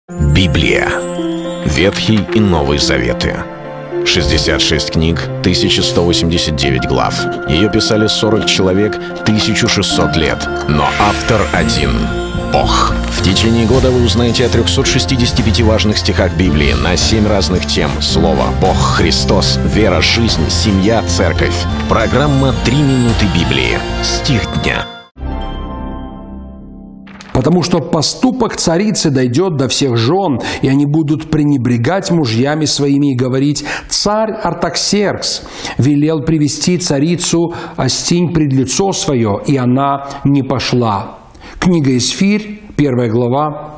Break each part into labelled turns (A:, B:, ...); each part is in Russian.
A: Библия. Ветхий и Новый Заветы. 66 книг, 1189 глав. Ее писали 40 человек, 1600 лет. Но автор один — Бог. В течение года вы узнаете о 365 важных стихах Библии на 7 разных тем. Слово, Бог, Христос, вера, жизнь, семья, церковь. Программа «3 минуты Библии». Стих дня.
B: Потому что поступок царицы дойдет до всех жен, и они будут пренебрегать мужьями своими и говорить: «Царь Артаксеркс велел привести царицу Астинь пред лицо свое, и она не пошла». Книга Исфирь, 1 глава,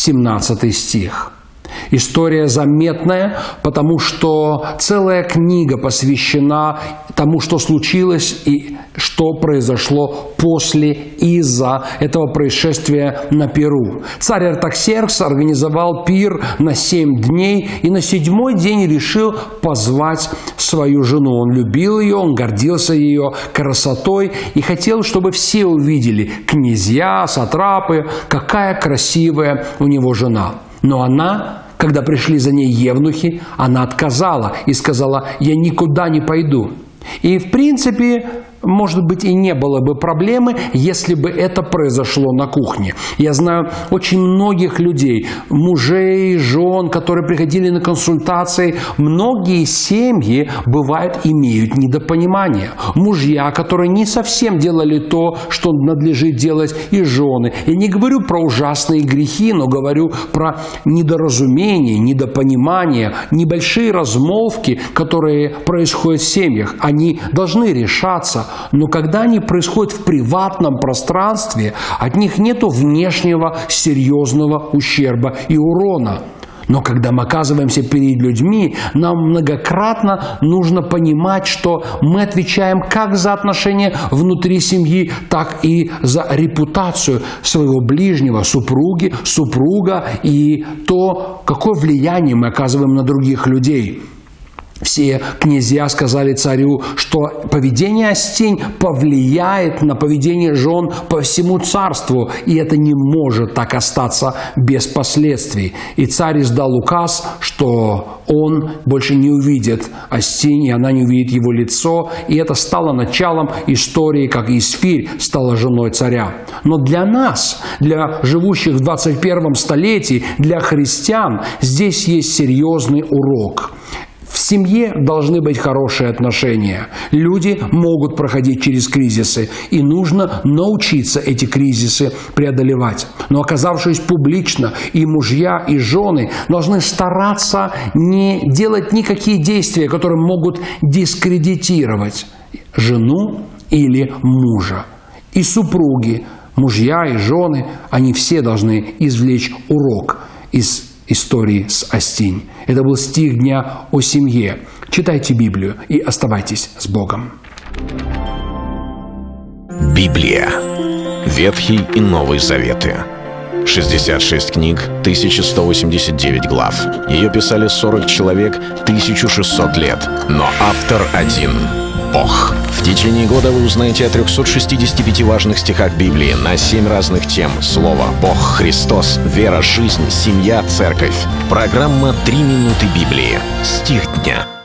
B: 17 стих. История заметная, потому что целая книга посвящена тому, что случилось и что произошло после из-за этого происшествия на Перу. Царь Артаксеркс организовал пир на 7 дней и на 7-й день решил позвать свою жену. Он любил ее, он гордился ее красотой и хотел, чтобы все увидели, князья, сатрапы, какая красивая у него жена. Но она, когда пришли за ней евнухи, она отказала и сказала: «Я никуда не пойду». И, в принципе, может быть, и не было бы проблемы, если бы это произошло на кухне. Я знаю очень многих людей, мужей, жен, которые приходили на консультации. Многие семьи, бывает, имеют недопонимание. Мужья, которые не совсем делали то, что надлежит делать, и жены. Я не говорю про ужасные грехи, но говорю про недоразумение, недопонимание, небольшие размолвки, которые происходят в семьях. Они должны решаться. Но когда они происходят в приватном пространстве, от них нет внешнего серьезного ущерба и урона. Но когда мы оказываемся перед людьми, нам многократно нужно понимать, что мы отвечаем как за отношения внутри семьи, так и за репутацию своего ближнего, супруги, супруга и то, какое влияние мы оказываем на других людей. Все князья сказали царю, что поведение Астинь повлияет на поведение жен по всему царству, и это не может так остаться без последствий. И царь издал указ, что он больше не увидит Астинь, и она не увидит его лицо, и это стало началом истории, как Исфирь стала женой царя. Но для нас, для живущих в 21 столетии, для христиан, здесь есть серьезный урок. В семье должны быть хорошие отношения. Люди могут проходить через кризисы, и нужно научиться эти кризисы преодолевать. Но оказавшись публично, и мужья, и жены должны стараться не делать никакие действия, которые могут дискредитировать жену или мужа. И супруги, мужья и жены, они все должны извлечь урок из истории с Астинь. Это был стих дня о семье. Читайте Библию и оставайтесь с Богом.
A: Библия. Ветхий и Новый Заветы. 66 книг, 1189 глав. Ее писали 40 человек, 1600 лет. Но автор один — Бог. В течение года вы узнаете о 365 важных стихах Библии на 7 разных тем. Слово, Бог, Христос, вера, жизнь, семья, церковь. Программа «3 минуты Библии». Стих дня.